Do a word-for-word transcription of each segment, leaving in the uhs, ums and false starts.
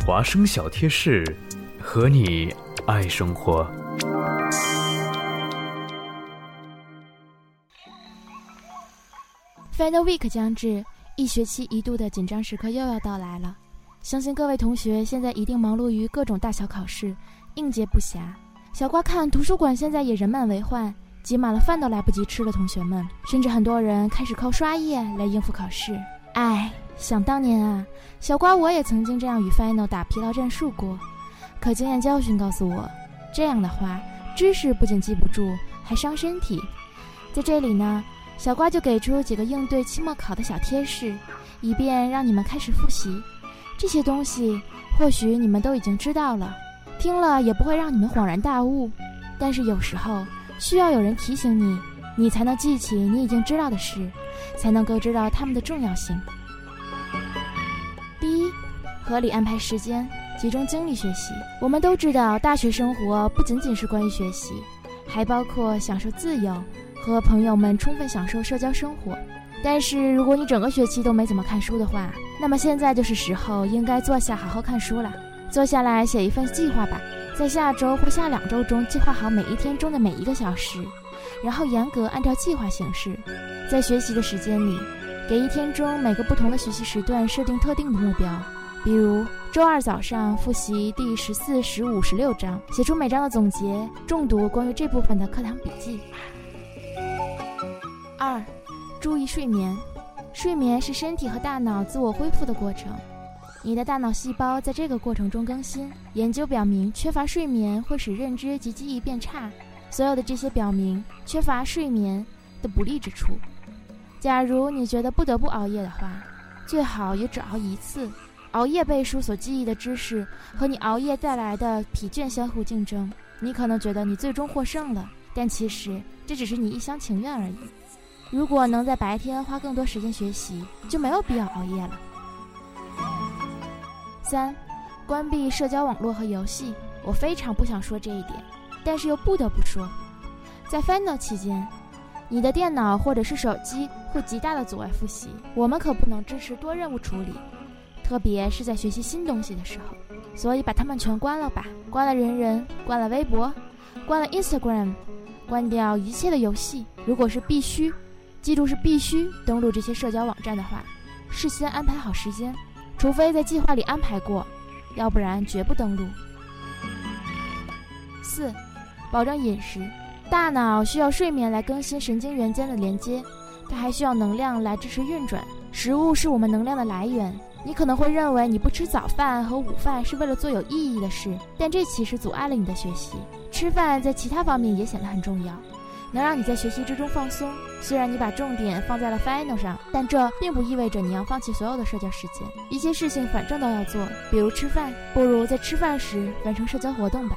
华生小贴士，和你爱生活。 Final Week 将至，一学期一度的紧张时刻又要到来了。相信各位同学现在一定忙碌于各种大小考试，应接不暇。小瓜看图书馆现在也人满为患，挤满了饭都来不及吃的同学们，甚至很多人开始靠刷页来应付考试。哎，想当年啊，小瓜我也曾经这样与 Final 打疲劳战术过。可经验教训告诉我，这样的话，知识不仅记不住，还伤身体。在这里呢，小瓜就给出几个应对期末考的小贴士，以便让你们开始复习。这些东西或许你们都已经知道了，听了也不会让你们恍然大悟，但是有时候需要有人提醒你，你才能记起你已经知道的事，才能够知道它们的重要性。第一，合理安排时间，集中精力学习。我们都知道，大学生活不仅仅是关于学习，还包括享受自由和朋友们充分享受社交生活。但是如果你整个学期都没怎么看书的话，那么现在就是时候应该坐下好好看书了。坐下来写一份计划吧，在下周或下两周中计划好每一天中的每一个小时，然后严格按照计划行事。在学习的时间里，给一天中每个不同的学习时段设定特定的目标，比如周二早上复习第十四、十五、十六章，写出每章的总结，重读关于这部分的课堂笔记。二，注意睡眠。睡眠是身体和大脑自我恢复的过程，你的大脑细胞在这个过程中更新。研究表明，缺乏睡眠会使认知及记忆变差。所有的这些表明缺乏睡眠的不利之处。假如你觉得不得不熬夜的话，最好也只熬一次。熬夜背书所记忆的知识和你熬夜带来的疲倦相互竞争，你可能觉得你最终获胜了，但其实这只是你一厢情愿而已。如果能在白天花更多时间学习，就没有必要熬夜了。三，关闭社交网络和游戏。我非常不想说这一点，但是又不得不说，在 Final 期间，你的电脑或者是手机会极大的阻碍复习。我们可不能支持多任务处理，特别是在学习新东西的时候，所以把它们全关了吧。关了人人，关了微博，关了 Instagram， 关掉一切的游戏。如果是必须，记住是必须登录这些社交网站的话，事先安排好时间，除非在计划里安排过，要不然绝不登录。四，保证饮食。大脑需要睡眠来更新神经元间的连接，它还需要能量来支持运转。食物是我们能量的来源。你可能会认为你不吃早饭和午饭是为了做有意义的事，但这其实阻碍了你的学习。吃饭在其他方面也显得很重要，能让你在学习之中放松。虽然你把重点放在了 Final 上，但这并不意味着你要放弃所有的社交时间。一些事情反正都要做，比如吃饭，不如在吃饭时完成社交活动吧。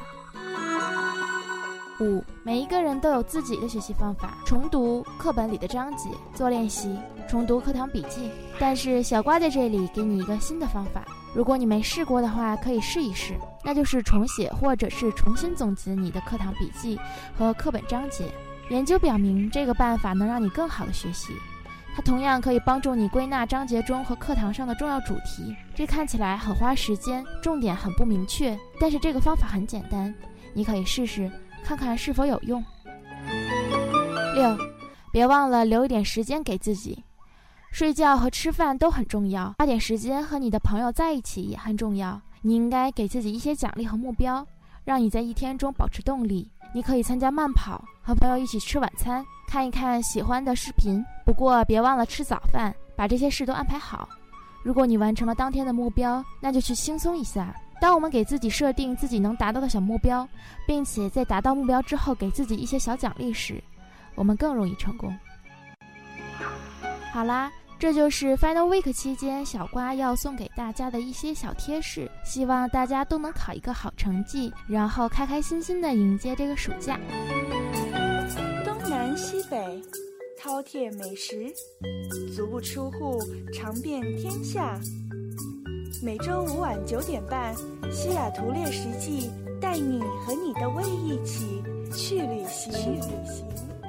五，每一个人都有自己的学习方法，重读课本里的章节，做练习，重读课堂笔记。但是小瓜在这里给你一个新的方法，如果你没试过的话，可以试一试，那就是重写或者是重新总结你的课堂笔记和课本章节。研究表明，这个办法能让你更好的学习，它同样可以帮助你归纳章节中和课堂上的重要主题。这看起来很花时间，重点很不明确，但是这个方法很简单，你可以试试看看是否有用。六，别忘了留一点时间给自己。睡觉和吃饭都很重要，花点时间和你的朋友在一起也很重要。你应该给自己一些奖励和目标，让你在一天中保持动力。你可以参加慢跑，和朋友一起吃晚餐，看一看喜欢的视频。不过别忘了吃早饭，把这些事都安排好。如果你完成了当天的目标，那就去轻松一下。当我们给自己设定自己能达到的小目标，并且在达到目标之后给自己一些小奖励时，我们更容易成功。好啦，这就是 Final Week 期间小瓜要送给大家的一些小贴士，希望大家都能考一个好成绩，然后开开心心的迎接这个暑假。 东南西北，饕餮美食，足不出户尝遍天下。每周五晚九点半，西雅图猎食记带你和你的胃一起去旅行。去旅行。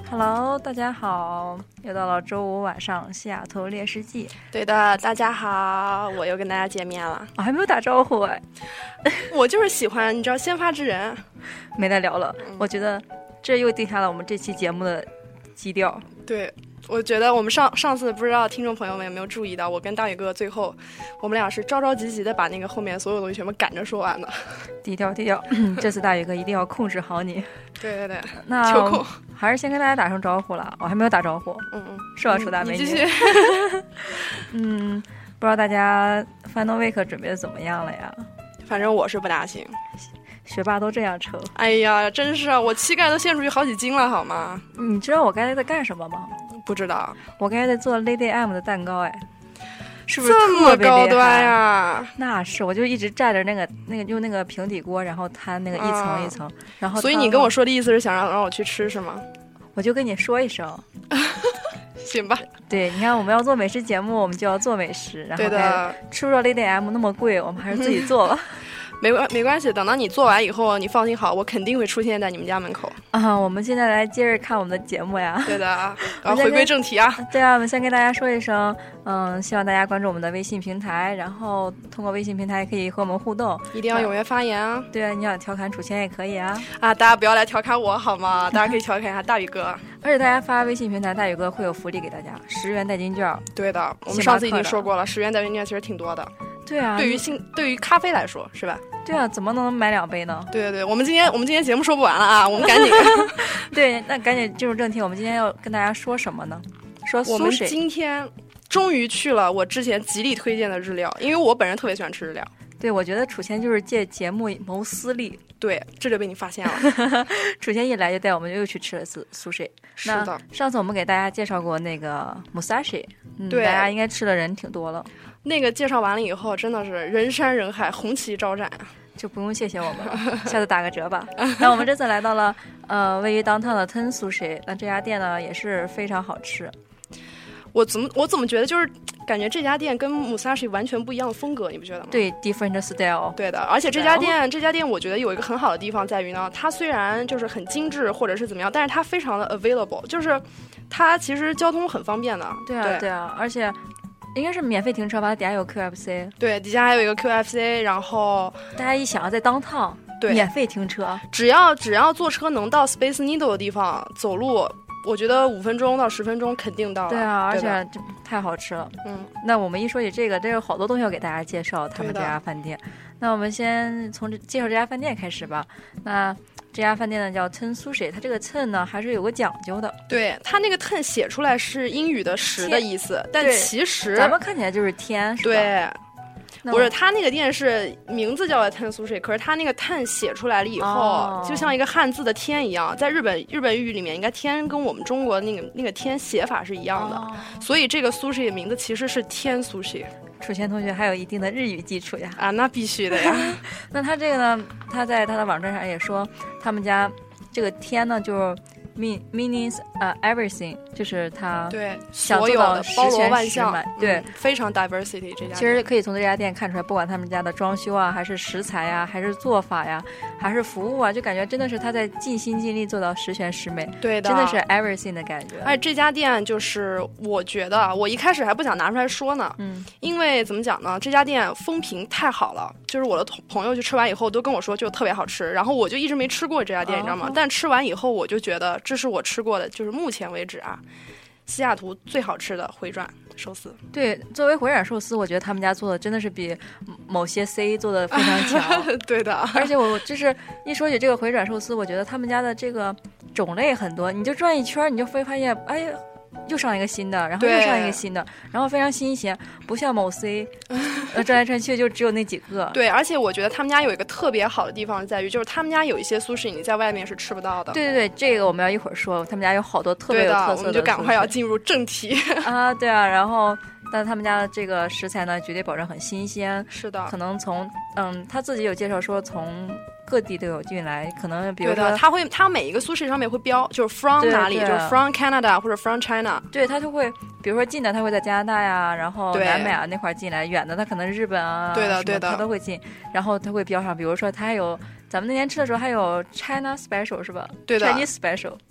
Hello， 大家好，又到了周五晚上西雅图猎食记。 对的，大家好，我又跟大家见面了。 我还没有打招呼哎， 我就是喜欢，你知道先发制人。 没得聊了，嗯、我觉得这又定下了我们这期节目的基调。 对，我觉得我们上上次不知道听众朋友们有没有注意到，我跟大宇哥最后我们俩是着着急急的把那个后面所有东西全部赶着说完的。 低调低调，这次大宇哥一定要控制好你。 对对对， 那秋控还是先跟大家打声招呼了，我还没有打招呼。 嗯嗯， 是吧，楚大美女？ 你继续。 嗯，不知道大家 Final Week 准备的怎么样了呀？ 反正我是不大行。 学霸都这样扯。 哎呀，真是我膝盖都陷出去好几斤了，好吗？ 你知道我刚才在干什么吗？ 不知道。 我刚才在做 Lady M 的蛋糕，哎，是不是这么高端呀？ 那是，我就一直蘸着那个那个用那个平底锅，然后摊那个一层一层，啊、然后。 所以你跟我说的意思是想让让我去吃是吗？ 我就跟你说一声。 行吧。 对，你看我们要做美食节目，我们就要做美食，然后对的， 吃不着 Lady M 那么贵，我们还是自己做吧。 没关没关系，等到你做完以后，你放心好，我肯定会出现在你们家门口啊！我们现在来接着看我们的节目呀。 对的，然后回归正题啊。 对啊，我们先跟大家说一声，嗯，希望大家关注我们的微信平台，然后通过微信平台可以和我们互动， 一定要踊跃发言啊！ 对啊，你想调侃楚谦也可以啊。 啊，大家不要来调侃我好吗？大家可以调侃一下大宇哥。 而且大家发微信平台，大宇哥会有福利给大家，十元代金券。 对的，我们上次已经说过了，十元代金券其实挺多的。 对啊， 对于性对于咖啡来说是吧？ 对啊，怎么能买两杯呢？ 对对对，我们今天我们今天节目说不完了啊，我们赶紧。 对，那赶紧进入正题，我们今天要跟大家说什么呢？说我们今天终于去了我之前极力推荐的日料，因为我本人特别喜欢吃日料。 对，我觉得楚谦就是借节目谋私利。 对，这就被你发现了。 楚谦一来就带我们又去吃了次苏式。 是的， 上次我们给大家介绍过那个 Musashi， 嗯， 对， 大家应该吃的人挺多了。 那个介绍完了以后，真的是人山人海，红旗招展， 就不用谢谢我们了，下次打个折吧。那我们这次来到了呃位于 downtown 的 Ten Sushi， 那这家店呢也是非常好吃。 我怎么我怎么觉得就是感觉这家店跟 Musashi 完全不一样的风格，你不觉得吗？ 对 ，different style。 对的，而且这家店这家店我觉得有一个很好的地方在于呢，它虽然就是很精致或者是怎么样，但是它非常的 available， 就是它其实交通很方便的。 对啊， 对, 对啊，而且应该是免费停车吧？底下有 Q F C。 对，底下还有一个 Q F C， 然后大家一想在downtown， 对， 免费停车， 只要只要坐车能到 Space Needle 的地方，走路。我觉得五分钟到十分钟肯定到了。 对啊，而且这太好吃了。 嗯， 那我们一说起这个，这有好多东西要给大家介绍他们这家饭店。那我们先从这介绍这家饭店开始吧。那这家饭店呢叫 Ten Sushi， 它这个 Ten 呢还是有个讲究的。 对，它那个 Ten 写出来是英语的十的意思，但其实咱们看起来就是天，是吧？ 对。不是，他那个店是名字叫 Ten Sushi， 可是他那个 Ten 写出来了以后、哦，就像一个汉字的天一样，在日本日本语里面，应该天跟我们中国那个那个天写法是一样的，哦、所以这个 Sushi 的名字其实是天 Sushi。 楚谦同学还有一定的日语基础呀！ 啊，那必须的呀。 那他这个呢，他在他的网站上也说，他们家这个天呢，就是。mean meanings 呃、uh, everything 就是它对所有的包罗万象， 对、 嗯，非常 diversity 这家店。 其实可以从这家店看出来，不管他们家的装修啊，还是食材呀、啊，还是做法呀，还是服务啊，就感觉真的是他在尽心尽力做到十全十美。 对的， 真的是 everything 的感觉。 而且这家店就是我觉得，我一开始还不想拿出来说呢， 嗯， 因为怎么讲呢，这家店风评太好了，就是我的朋友去吃完以后都跟我说就特别好吃，然后我就一直没吃过这家店，哦、你知道吗？但吃完以后我就觉得。这是我吃过的，就是目前为止啊，西雅图最好吃的回转寿司。 对，作为回转寿司，我觉得他们家做的真的是比某些 C 做的非常强。 对的， 而且我就是一说起这个回转寿司，我觉得他们家的这个种类很多，你就转一圈，你就会发现，哎呀。又上一个新的，然后又上一个新的，然后非常新鲜，不像某 C， 呃，转来转去就只有那几个。 对，而且我觉得他们家有一个特别好的地方在于，就是他们家有一些sushi你在外面是吃不到的。 对对对，这个我们要一会儿说，他们家有好多特别有特色的。 我们就赶快要进入正题啊！对啊，然后但他们家的这个食材呢，绝对保证很新鲜。 是的， 可能从嗯，他自己有介绍说从。各地都有运来，可能比如说， 他会，他每一个sushi上面会标，就是 from 哪里，就是 from Canada 或者 from China。 对，他就会，比如说近的他会在加拿大呀，然后南美啊那块进来，远的他可能日本啊， 对的对的， 他都会进，然后他会标上，比如说他还有，咱们那天吃的时候还有 China Special 是吧？ 对的 ，Chinese Special。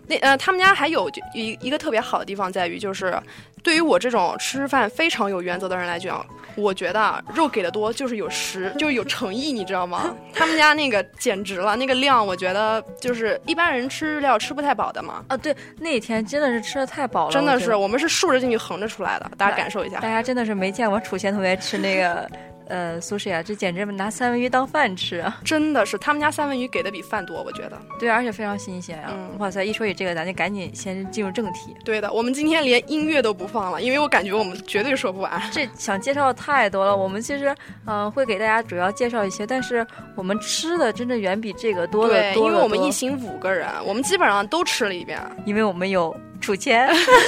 那呃，他们家还有一一个特别好的地方在于，就是对于我这种吃饭非常有原则的人来讲，我觉得肉给的多就是有实，就是有诚意，你知道吗？他们家那个简直了，那个量我觉得就是一般人吃日料吃不太饱的嘛。 啊，对，那天真的是吃的太饱了， 真的是，我们是竖着进去横着出来的，大家感受一下。 大家真的是没见过楚贤同学吃那个。呃，苏轼啊，这简直拿三文鱼当饭吃啊！ 真的是，他们家三文鱼给的比饭多，我觉得。 对，而且非常新鲜啊！ 嗯、 哇塞，一说起这个，咱就赶紧先进入正题。 对的，我们今天连音乐都不放了，因为我感觉我们绝对说不完。 这想介绍的太多了，我们其实嗯、呃、会给大家主要介绍一些，但是我们吃的真的远比这个多得多得多。 对，因为我们一行五个人，我们基本上都吃了一遍， 因为我们有楚谦。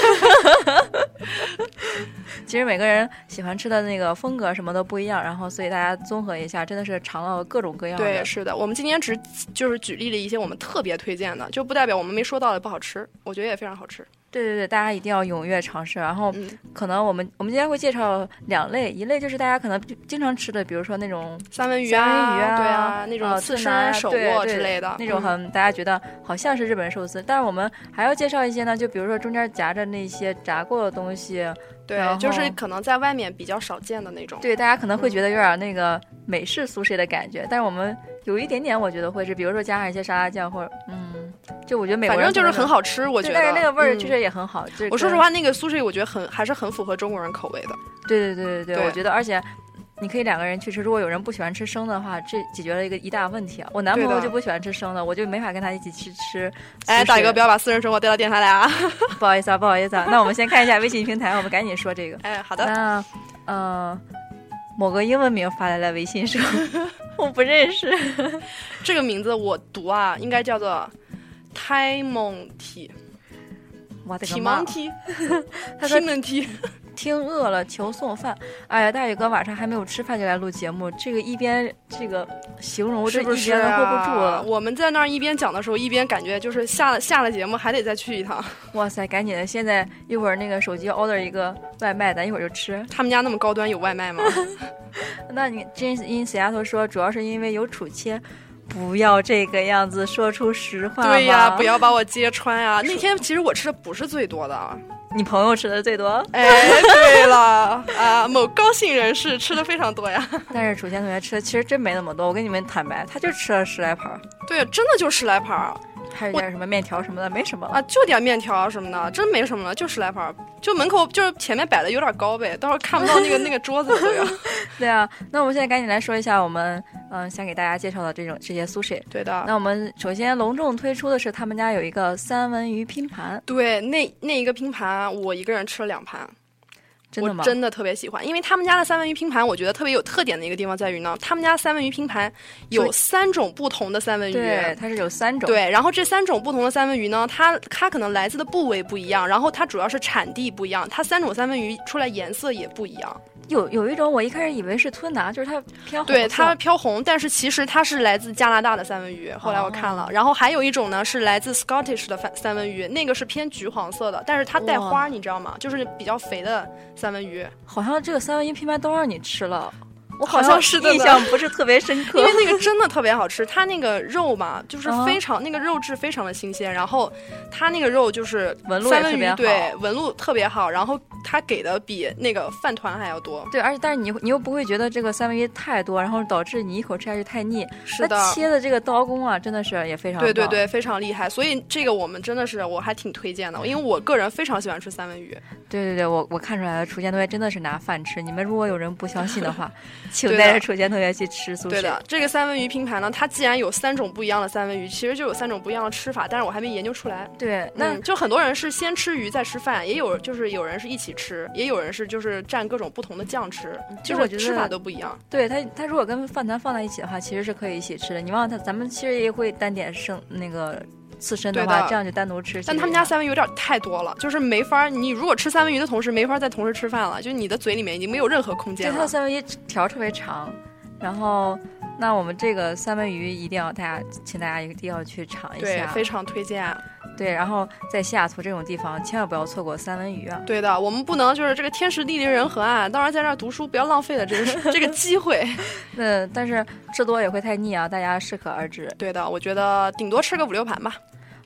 其实每个人喜欢吃的那个风格什么都不一样，然后所以大家综合一下，真的是尝了各种各样的。 对，是的，我们今天只就是举例了一些我们特别推荐的，就不代表我们没说到的不好吃，我觉得也非常好吃。 对对对，大家一定要踊跃尝试。然后可能我们、嗯、我们今天会介绍两类，一类就是大家可能经常吃的，比如说那种三文鱼啊， 三文鱼啊， 对啊，那种刺身、呃、手握之类的， 那种很、嗯、大家觉得好像是日本寿司，但是我们还要介绍一些呢，就比如说中间夹着那些炸过的东西。 对，就是可能在外面比较少见的那种。 对，大家可能会觉得有点那个美式苏式的感觉、嗯、但是我们有一点点我觉得会是比如说加上一些沙拉酱或者嗯，就我觉得美国人反正就是很好吃，我觉得但是那个味儿确实也很好、嗯、 我说实话那个苏式我觉得很还是很符合中国人口味的。 对对对对 对, 对我觉得而且你可以两个人去吃，如果有人不喜欢吃生的话，这解决了一个一大问题啊！我男朋友就不喜欢吃生的，我就没法跟他一起去吃。 哎，大哥，不要把私人生活带到电台来啊！ 不好意思啊，不好意思啊。那我们先看一下微信平台，我们赶紧说这个。 哎，好的。 那，嗯、呃，某个英文名发来了微信说，我不认识这个名字，我读啊，应该叫做泰蒙提。 我的个妈！ 他说蒙提。 听饿了求送饭，哎呀，大宇哥晚上还没有吃饭就来录节目，这个一边这个形容是不是、啊、 一边都 hold 不住了。 我们在那儿一边讲的时候，一边感觉就是下了下了节目还得再去一趟。 哇塞，赶紧的！现在一会儿那个手机 order 一个外卖，咱一会儿就吃。 他们家那么高端，有外卖吗？ 那你 James in Seattle 说，主要是因为有楚谦。不要这个样子，说出实话。 对呀，不要把我揭穿啊！那天其实我吃的不是最多的， 你朋友吃的最多。 哎，对了啊，某高姓人士吃的非常多呀。 但是楚谦同学吃的其实真没那么多，我跟你们坦白，他就吃了十来盘。 对，真的就十来盘。 还有点什么面条什么的，没什么啊，就点面条什么的，真没什么了，就十来盘，就门口就是前面摆的有点高呗，到时候看不到那个那个桌子对啊。 对啊，那我们现在赶紧来说一下我们嗯、呃、想给大家介绍的这种这些苏式。 对的， 那我们首先隆重推出的是他们家有一个三文鱼拼盘。 对，那那一个拼盘我一个人吃了两盘。 真的吗？ 我真的特别喜欢，因为他们家的三文鱼拼盘，我觉得特别有特点的一个地方在于呢，他们家三文鱼拼盘有三种不同的三文鱼， 对，它是有三种， 对，然后这三种不同的三文鱼呢，它它可能来自的部位不一样，然后它主要是产地不一样，它三种三文鱼出来颜色也不一样。 有有一种我一开始以为是吞拿，就是它偏红， 对，它飘红，但是其实它是来自加拿大的三文鱼，后来我看了、哦、然后还有一种呢是来自 Scottish 的三文鱼，那个是偏橘黄色的，但是它带花，你知道吗？就是比较肥的三文鱼。 好像这个三文鱼拼盘都让你吃了，我好像是印象不是特别深刻， 因为那个真的特别好吃，它那个肉嘛，就是非常、uh-huh. 那个肉质非常的新鲜，然后它那个肉就是纹路也特别好， 对，纹路特别好，然后它给的比那个饭团还要多， 对，而且但是你你又不会觉得这个三文鱼太多，然后导致你一口吃下去太腻。 是的， 它切的这个刀工啊，真的是也非常棒， 对对对，非常厉害，所以这个我们真的是我还挺推荐的，因为我个人非常喜欢吃三文鱼。 对对对，我我看出来了，楚谦同学真的是拿饭吃。你们如果有人不相信的话，请带着楚谦同学去吃苏式。 对的，这个三文鱼拼盘呢，它既然有三种不一样的三文鱼，其实就有三种不一样的吃法，但是我还没研究出来。 对，那、 嗯、就很多人是先吃鱼再吃饭，也有就是有人是一起吃，也有人是就是蘸各种不同的酱吃，就是吃法都不一样。 对它，它如果跟饭团放在一起的话，其实是可以一起吃的。你忘了它，咱们其实也会单点生那个。刺身的话，这样就单独吃。 但他们家三文鱼有点太多了，就是没法，你如果吃三文鱼的同时，没法再同时吃饭了，就你的嘴里面已经没有任何空间了。 对，它的三文鱼条特别长，然后那我们这个三文鱼一定要大家，请大家一定要去尝一下， 对，非常推荐。 对，然后在西雅图这种地方，千万不要错过三文鱼啊！ 对的，我们不能就是这个天时地利人和啊，到时候在这儿读书，不要浪费了这个这个机会。 那但是吃多也会太腻啊，大家适可而止。 对的，我觉得顶多吃个五六盘吧。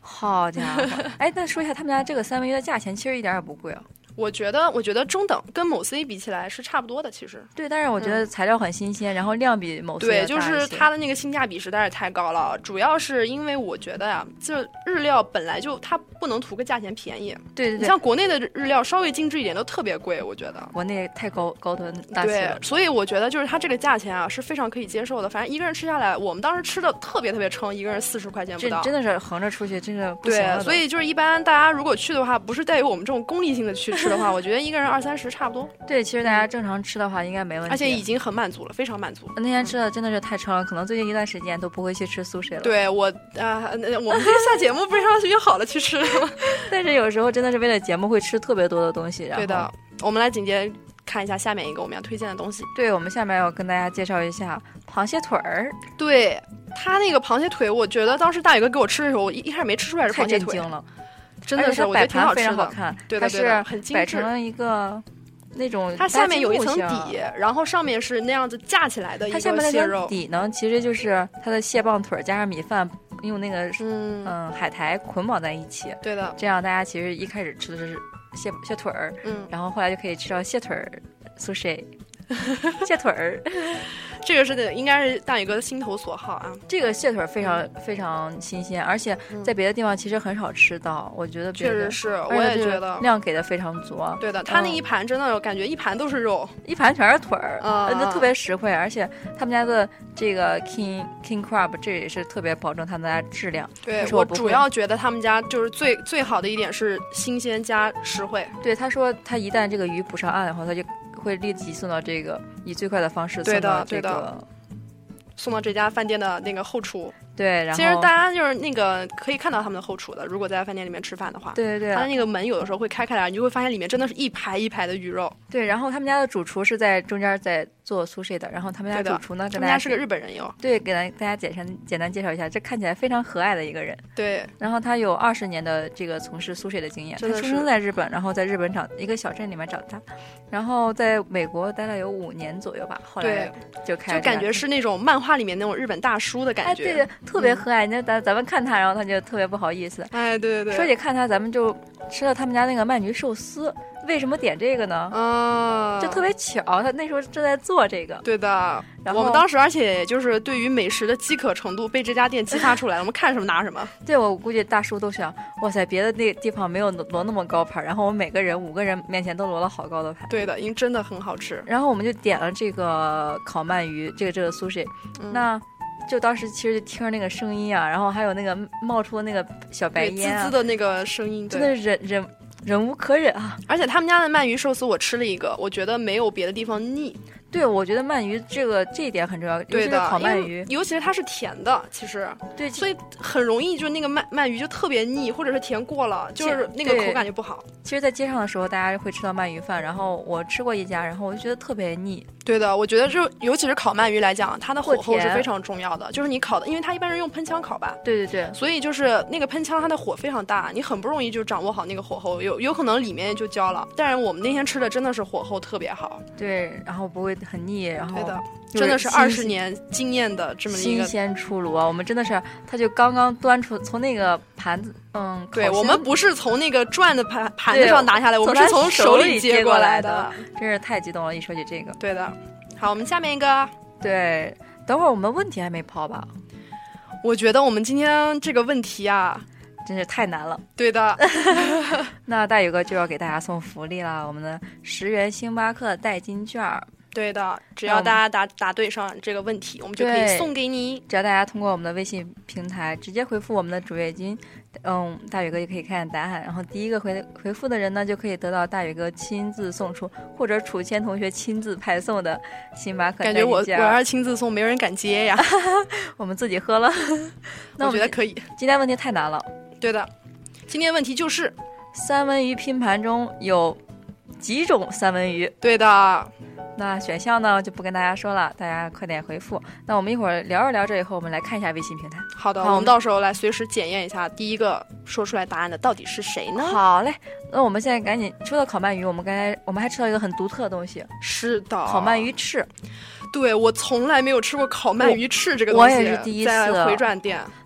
好家伙！哎，那说一下他们家这个三文鱼的价钱，其实一点也不贵啊。 我觉得，我觉得中等，跟某 C 比起来是差不多的，其实。 对，但是我觉得材料很新鲜，嗯、然后量比某 C 对，就是它的那个性价比实在是太高了。主要是因为我觉得呀，就日料本来就它不能图个价钱便宜。 对对对。 你像国内的日料稍微精致一点都特别贵，我觉得。 国内太高高端大气了。 对，所以我觉得就是它这个价钱啊是非常可以接受的。反正一个人吃下来，我们当时吃的特别特别撑，一个人四十块钱不到。 真的是横着出去，真的不行了。 对，所以就是一般大家如果去的话，不是带有我们这种功利性的去吃的话，我觉得一个人二三十差不多。 对，其实大家正常吃的话应该没问题， 而且已经很满足了，非常满足。 那天吃的真的是太撑了，可能最近一段时间都不会去吃sushi了。 对我啊、呃，我们这个下节目不是要约好了去吃吗？ 但是有时候真的是为了节目会吃特别多的东西。然后对的，我们来紧接看一下下面一个我们要推荐的东西。 对，我们下面要跟大家介绍一下螃蟹腿儿。 对，它那个螃蟹腿，我觉得当时大宇哥给我吃的时候，我一一开始没吃出来是螃蟹腿， 太震惊了。 真的是，我觉得挺好吃的， 非常好看。 对的， 对的， 很精致， 摆成了一个那种， 它下面有一层底，然后上面是那样子架起来的一个蟹肉。 它下面那层底呢，其实就是它的蟹棒腿加上米饭，用那个嗯、呃、海苔捆绑在一起。 对的， 这样大家其实一开始吃的是蟹蟹腿儿，嗯，然后后来就可以吃到蟹腿儿sushi。蟹腿儿， 这个是应该是大宇哥的心头所好啊。 这个蟹腿非常非常新鲜，而且在别的地方其实很少吃到。我觉得确实是，我也觉得量给的非常足。 对的，他那一盘真的，我感觉一盘都是肉， 一盘全是腿儿， 嗯， 那特别实惠。而且他们家的这个 King King Crab 这也是特别保证他们家质量。 对， 我, 我主要觉得他们家就是最最好的一点是新鲜加实惠。 对，他说他一旦这个鱼捕上岸的话，他就会立即送到这个以最快的方式送到这个送到这家饭店的那个后厨。 对，然后其实大家就是那个可以看到他们的后厨的，如果在饭店里面吃饭的话， 对对对， 他的那个门有的时候会开开来，你就会发现里面真的是一排一排的鱼肉。 对，然后他们家的主厨是在中间在做sushi的，然后他们家主厨呢， 他们家是个日本人哟。 对，给大大家简单简单介绍一下，这看起来非常和蔼的一个人。 对， 然后他有二十年的这个从事sushi的经验，他出生在日本，然后在日本长一个小镇里面长大，然后在美国待了有五年左右吧，后来就开始就感觉是那种漫画里面那种日本大叔的感觉， 哎，对对，特别和蔼。那、嗯咱咱们看他，然后他就特别不好意思。 哎，对对对。 说起看他，咱们就吃了他们家那个鳗鱼寿司。为什么点这个呢？ 啊， 就特别巧，他那时候正在做这个。 对的，我们当时而且就是对于美食的饥渴程度被这家店激发出来了，我们看什么拿什么。 对，我估计大叔都想，哇塞，别的那地方没有摞那么高盘，然后我们每个人五个人面前都摞了好高的盘。 对的，因为真的很好吃。 然后我们就点了这个烤鳗鱼，这个这个sushi，、嗯、那。就当时其实就听着那个声音啊，然后还有那个冒出那个小白烟、啊， 滋滋的那个声音， 真的是忍忍忍无可忍啊！ 而且他们家的鳗鱼寿司我吃了一个，我觉得没有别的地方腻。 对，我觉得鳗鱼这个这一点很重要，尤其是烤鳗鱼， 尤其是它是甜的，其实对， 所以很容易就那个鳗鳗鱼就特别腻，或者是甜过了，就是那个口感就不好。 其实，在街上的时候，大家会吃到鳗鱼饭，然后我吃过一家，然后我就觉得特别腻。 对的，我觉得就尤其是烤鳗鱼来讲，它的火候是非常重要的，就是你烤的，因为它一般是用喷枪烤吧。 对对对， 所以就是那个喷枪它的火非常大，你很不容易就掌握好那个火候，有有可能里面就焦了。但是我们那天吃的真的是火候特别好， 对，然后不会很腻，然后。 对的，真的是二十年经验的这么一个新鲜出炉啊！我们真的是，他就刚刚端出从那个盘子，嗯， 对我们不是从那个转的盘盘子上拿下来，我们是从手里接过来的， 真是太激动了！一说起这个， 对的。好，我们下面一个， 对，等会儿我们问题还没抛吧？ 我觉得我们今天这个问题啊， 真是太难了。 对的， 那大宇哥就要给大家送福利了，我们的十元星巴克代金券。 对的，只要大家答答对上这个问题，我们就可以送给你。 只要大家通过我们的微信平台直接回复我们的主页君，嗯，大宇哥就可以看见答案，然后第一个回回复的人呢，就可以得到大宇哥亲自送出或者楚谦同学亲自派送的星巴克代金券。 感觉我我要是亲自送，没人敢接呀。 我们自己喝了。那我觉得可以。 今天问题太难了。 对的，今天问题就是三文鱼拼盘中有几种三文鱼？ 对的。 那选项呢就不跟大家说了，大家快点回复。那我们一会儿聊着聊着以后，我们来看一下微信平台。 好的，好，我们到时候来随时检验一下第一个说出来答案的到底是谁呢？ 好嘞，那我们现在赶紧说到烤鳗鱼，我们刚才我们还吃到一个很独特的东西。 是的， 烤鳗鱼翅。 对，我从来没有吃过烤鳗鱼翅这个东西， 我也是第一次。 在回转店，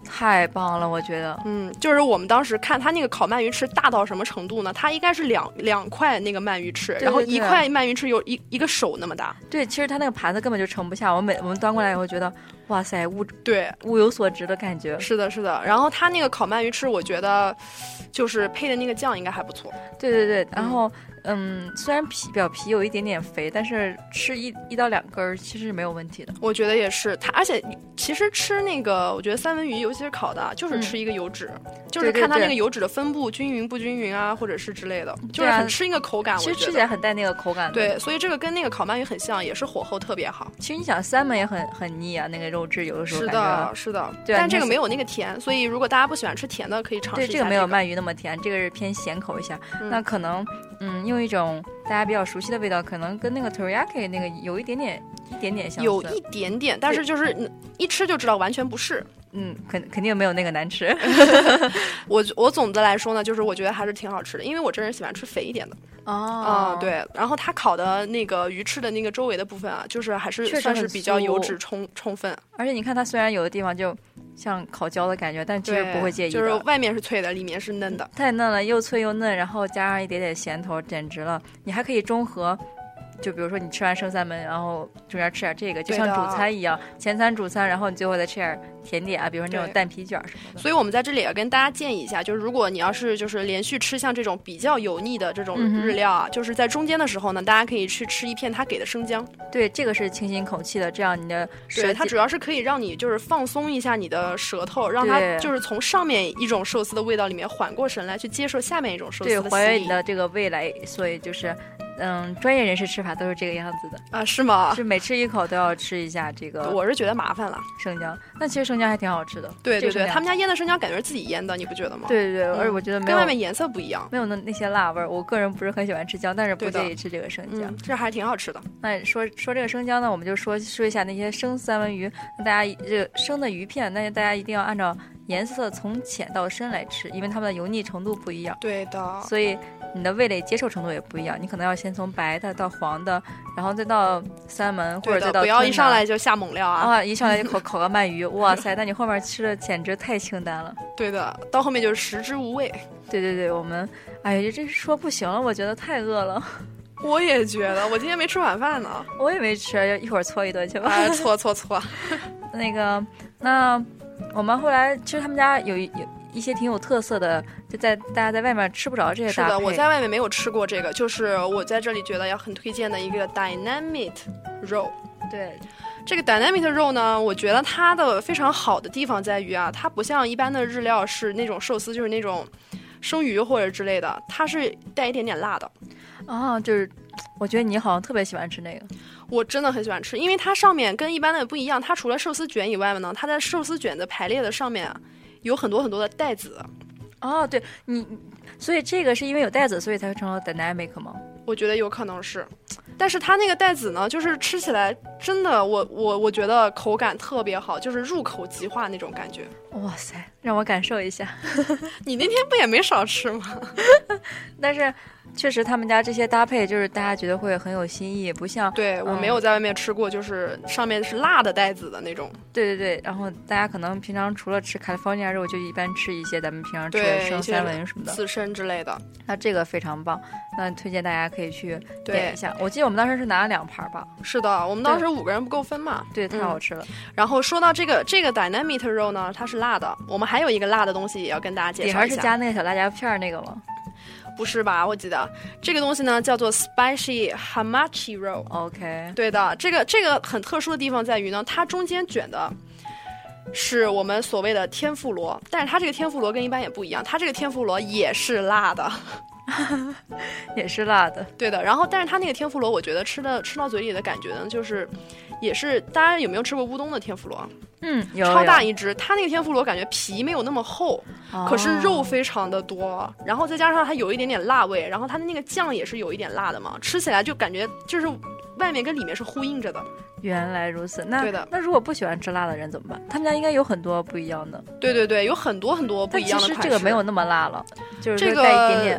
太棒了，我觉得。 嗯，就是我们当时看他那个烤鳗鱼翅大到什么程度呢？它应该是两两块那个鳗鱼翅， 对对对， 然后一块鳗鱼翅有一一个手那么大。 对，其实他那个盘子根本就盛不下，我每我们端过来以后觉得，哇塞，物对物有所值的感觉。 是的，是的。然后他那个烤鳗鱼翅，我觉得就是配的那个酱应该还不错。 对对对，然后。嗯嗯，虽然皮表皮有一点点肥，但是吃一一到两根其实是没有问题的。 我觉得也是，它而且其实吃那个，我觉得三文鱼，尤其是烤的，就是吃一个油脂，嗯、就是看它那个油脂的分布均匀不均匀啊，或者是之类的，就是很吃一个口感。 其实吃起来很带那个口感的。 对，所以这个跟那个烤鳗鱼很像，也是火候特别好。 其实你想，三文也很很腻啊，那个肉质有的时候是的，是的， 对、 但这个没有那个甜，所以如果大家不喜欢吃甜的，可以尝试一下、 这个。对，这个没有鳗鱼那么甜，这个是偏咸口一下。嗯、那可能嗯，用一种大家比较熟悉的味道，可能跟那个 teriyaki 那个有一点点一点点相似， 有一点点，但是就是一吃就知道完全不是。 嗯，肯肯定没有那个难吃。 我我总的来说呢，就是我觉得还是挺好吃的，因为我这人喜欢吃肥一点的。 哦， 啊、嗯，对，然后它烤的那个鱼翅的那个周围的部分啊，就是还是算是比较油脂充充分。 而且你看它虽然有的地方就像烤焦的感觉，但其实不会介意的， 就是外面是脆的，里面是嫩的， 太嫩了，又脆又嫩，然后加上一点点咸头，简直了！你还可以中和。就比如说你吃完生三文，然后中间吃点这个，就像主餐一样，前餐主餐，然后你最后再吃点甜点啊，比如说那种蛋皮卷什么的。 所以我们在这里也跟大家建议一下，就是如果你要是就是连续吃像这种比较油腻的这种日料啊，嗯、就是在中间的时候呢，大家可以去吃一片他给的生姜。 对，这个是清新口气的，这样你的舌对它主要是可以让你就是放松一下你的舌头，让它就是从上面一种寿司的味道里面缓过神来，去接受下面一种寿司的洗礼， 对，还原你的这个味来，所以就是。嗯，专业人士吃法都是这个样子的啊？是吗？ 是每吃一口都要吃一下这个。 我是觉得麻烦了， 生姜。那其实生姜还挺好吃的。 对对对，他们家腌的生姜感觉是自己腌的，你不觉得吗？ 对对对，而且我觉得没有跟外面颜色不一样， 没有那那些辣味儿。我个人不是很喜欢吃姜，但是不介意吃这个生姜， 嗯、这还挺好吃的。 那说说这个生姜呢，我们就说说一下那些生三文鱼，那大家这个生的鱼片，那大家一定要按照颜色从浅到深来吃，因为它们的油腻程度不一样。 对的， 所以你的味蕾接受程度也不一样，你可能要先从白的到黄的，然后再到三文或者再到不要一上来就下猛料啊！ 啊，一上来就烤烤个鳗鱼，哇塞！那你后面吃的简直太清淡了。 对的，到后面就是食之无味。 对对对，我们哎呀，这说不行了，我觉得太饿了。 我也觉得，我今天没吃晚饭呢。 我也没吃，一会儿搓一顿去吧。 哎，搓搓搓。 那个，那我们后来其实他们家有有。一些挺有特色的，就在大家在外面吃不着这些搭配。 是的，我在外面没有吃过这个，就是我在这里觉得要很推荐的一个 Dynamite 肉。 对， 这个 Dynamite 肉呢，我觉得它的非常好的地方在于啊，它不像一般的日料是那种寿司，就是那种生鱼或者之类的，它是带一点点辣的。 啊，就是我觉得你好像特别喜欢吃那个。 我真的很喜欢吃，因为它上面跟一般的不一样，它除了寿司卷以外呢，它在寿司卷的排列的上面啊。有很多很多的带子， 哦，对你，所以这个是因为有带子，所以才会成了 dynamic 吗？ 我觉得有可能是，但是它那个带子呢，就是吃起来真的，我我我觉得口感特别好，就是入口即化那种感觉。 哇塞，让我感受一下。 你那天不也没少吃吗？ 但是确实他们家这些搭配就是大家觉得会很有新意，不像对、嗯、我没有在外面吃过就是上面是辣的带子的那种。 对对对，然后大家可能平常除了吃 California 肉就一般吃一些咱们平常吃的生三文什么的刺身之类的， 那这个非常棒，那推荐大家可以去点一下。我记得我们当时是拿了两盘吧。 是的，我们当时五个人不够分嘛。 对，太好吃了、嗯、 然后说到这个这个 Dynamite 肉呢，它是辣的，我们还有一个辣的东西也要跟大家介绍一下。 里面是加那个小辣椒片那个吗？ 不是吧，我记得这个东西呢叫做 spicy hamachi roll。 OK， 对的，这个这个很特殊的地方在于呢，它中间卷的是我们所谓的天妇罗，但是它这个天妇罗跟一般也不一样，它这个天妇罗也是辣的。 也是辣的， 对的。然后但是它那个天妇罗我觉得吃的吃到嘴里的感觉呢，就是也是大家有没有吃过乌冬的天妇罗？ 嗯，有， 超大一只。它那个天妇罗感觉皮没有那么厚、哦、可是肉非常的多，然后再加上它有一点点辣味，然后它的那个酱也是有一点辣的嘛，吃起来就感觉就是外面跟里面是呼应着的。 原来如此，那对的。 那如果不喜欢吃辣的人怎么办？他们家应该有很多不一样的。 对对对，有很多很多不一样的款式。 其实这个没有那么辣了，就是这个带一点点。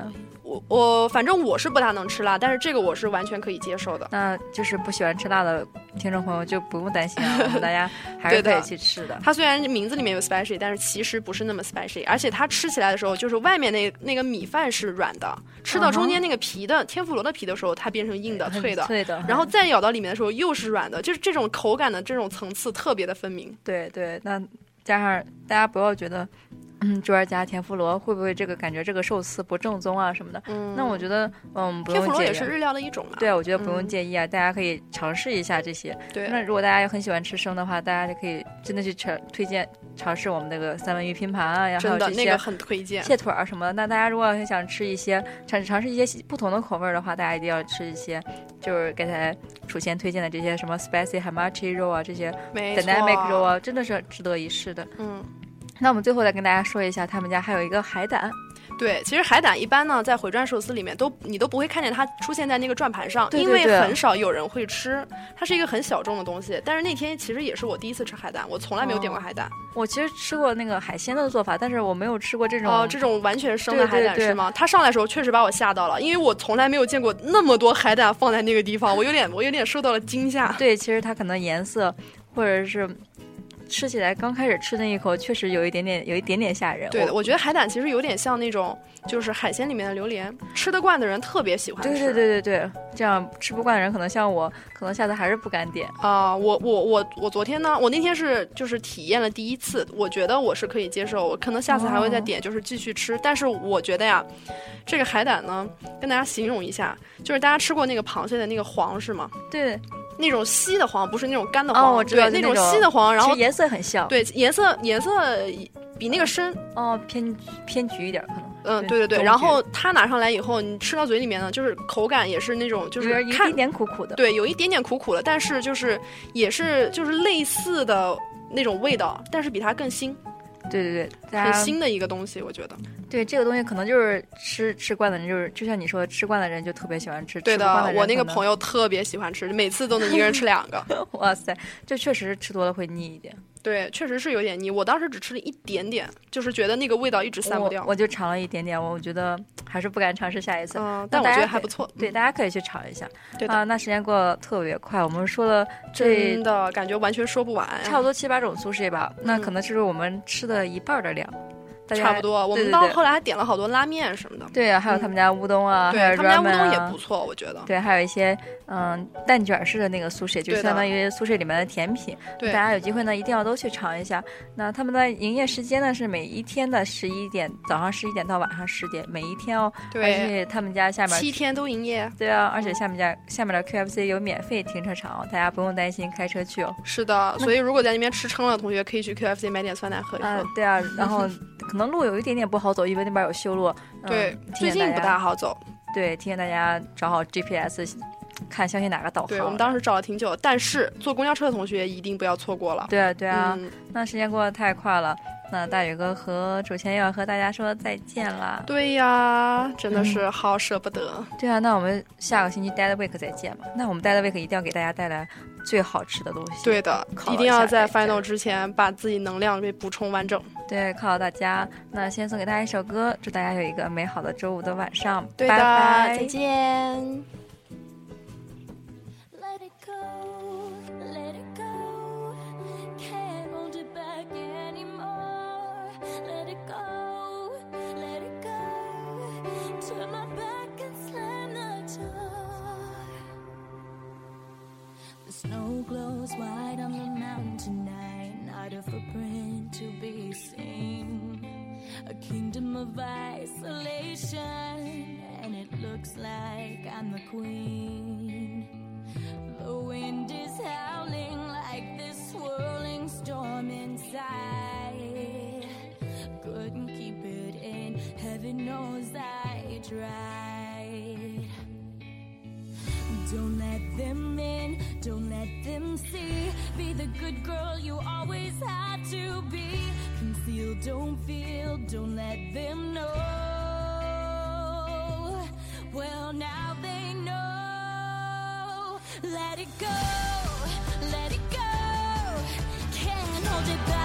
我我反正我是不大能吃辣，但是这个我是完全可以接受的。 那就是不喜欢吃辣的听众朋友就不用担心啊，我们大家还是可以去吃的。 它虽然名字里面有 spicy， 但是其实不是那么 spicy， 而且它吃起来的时候，就是外面那那个米饭是软的，吃到中间那个皮的、uh-huh. 天妇罗的皮的时候，它变成硬的、脆的， 脆的， 然后再咬到里面的时候又是软的，就是这种口感的这种层次特别的分明。 对对，那加上大家不要觉得。嗯，猪儿加天妇罗会不会这个感觉这个寿司不正宗啊什么的？嗯，那我觉得嗯不用介意。 天妇罗也是日料的一种嘛。 对，我觉得不用介意啊，嗯、大家可以尝试一下这些。 对。 那如果大家很喜欢吃生的话，大家就可以真的去尝推荐尝试我们那个三文鱼拼盘啊，然后这些那个很推荐蟹腿啊什么的。那大家如果很想吃一些尝尝试一些不同的口味的话，大家一定要吃一些就是刚才楚贤推荐的这些什么 spicy hamachi 肉啊，这些 dynamic 肉啊，真的是值得一试的。 嗯。 那我们最后再跟大家说一下，他们家还有一个海胆。 对，其实海胆一般呢，在回转寿司里面都你都不会看见它出现在那个转盘上， 对对对， 因为很少有人会吃，它是一个很小众的东西。但是那天其实也是我第一次吃海胆，我从来没有点过海胆。哦、 我其实吃过那个海鲜的做法，但是我没有吃过这种哦，这种完全生的海胆， 对对对， 是吗？它上来的时候确实把我吓到了，因为我从来没有见过那么多海胆放在那个地方，我有点我有点受到了惊吓。 对，其实它可能颜色或者是。吃起来刚开始吃那一口确实有一点点有一点点吓人。 对的，我觉得海胆其实有点像那种就是海鲜里面的榴莲，吃得惯的人特别喜欢吃。 对对对对对，这样吃不惯的人可能像我，可能下次还是不敢点啊、呃。我我我我昨天呢，我那天是就是体验了第一次，我觉得我是可以接受，我可能下次还会再点，就是继续吃。哦、但是我觉得呀，这个海胆呢，跟大家形容一下，就是大家吃过那个螃蟹的那个黄是吗？ 对。 那种稀的黄，不是那种干的黄。 哦，我知道那种稀的黄，然后颜色很像。 对，颜色颜色比那个深。 哦，偏偏橘一点可能。 嗯，对对对。然后它拿上来以后，你吃到嘴里面呢，就是口感也是那种，就是有一点点苦苦的。 对，有一点点苦苦的，但是就是也是就是类似的那种味道，但是比它更新。 对对对， 很新的一个东西，我觉得。 对，这个东西可能就是吃吃惯的人，就是就像你说，吃惯的人就特别喜欢吃。 对的， 的我那个朋友特别喜欢吃，每次都能一个人吃两个。 哇塞，这确实吃多了会腻一点。 对，确实是有点腻。我当时只吃了一点点，就是觉得那个味道一直散不掉。 我, 我就尝了一点点，我觉得还是不敢尝试下一次。 嗯，但我觉得还不错。 对，大家可以去尝一下。 对啊，那时间过得特别快，我们说了这真的感觉完全说不完， 差不多七八种苏式吧。嗯、那可能就是我们吃的一半的量。 差不多，我们到后来还点了好多拉面什么的。 对啊，还有他们家乌冬啊， 对， 还有他们家乌冬也不错，我觉得。 对，还有一些嗯蛋卷式的那个苏式，就相当于苏式里面的甜品。 对， 大家有机会呢一定要都去尝一下。那他们的营业时间呢是每一天的十一点，早上十一点到晚上十点，每一天哦。 对。 而且他们家下面七天都营业。 对啊，而且下面家下面的 Q F C 有免费停车场，大家不用担心开车去哦。 是的，所以如果在那边吃撑了的同学，可以去 Q F C 买点酸奶喝一喝。 啊，对啊，然后可能路有一点点不好走，因为那边有修路。 对，嗯、最近不大好走。 对，提醒大家找好 G P S， 看相信哪个导航。 对，我们当时找了挺久，但是坐公交车的同学一定不要错过了。 对啊，对啊， 嗯、 那时间过得太快了。那大宇哥和主持人要和大家说再见了。 对呀，真的是好舍不得。 嗯、对啊，那我们下个星期 Dead Week 再见吧。那我们 Dead Week 一定要给大家带来最好吃的东西。 对的，一定要在 Final 之前把自己能量给补充完整。 对，犒劳大家。那先送给大家一首歌，祝大家有一个美好的周五的晚上。 对的， 拜拜， 再见。 Snow glows white on the mountain tonight, not a footprint to be seen. A kingdom of isolation, and it looks like I'm the queen. The wind is howling like this swirling storm inside. Couldn't keep it in, heaven knows I tried. Don't let them in, don't let them see. Be the good girl you always had to be. Conceal, don't feel, don't let them know. Well, now they know. Let it go, let it go. Can't hold it back.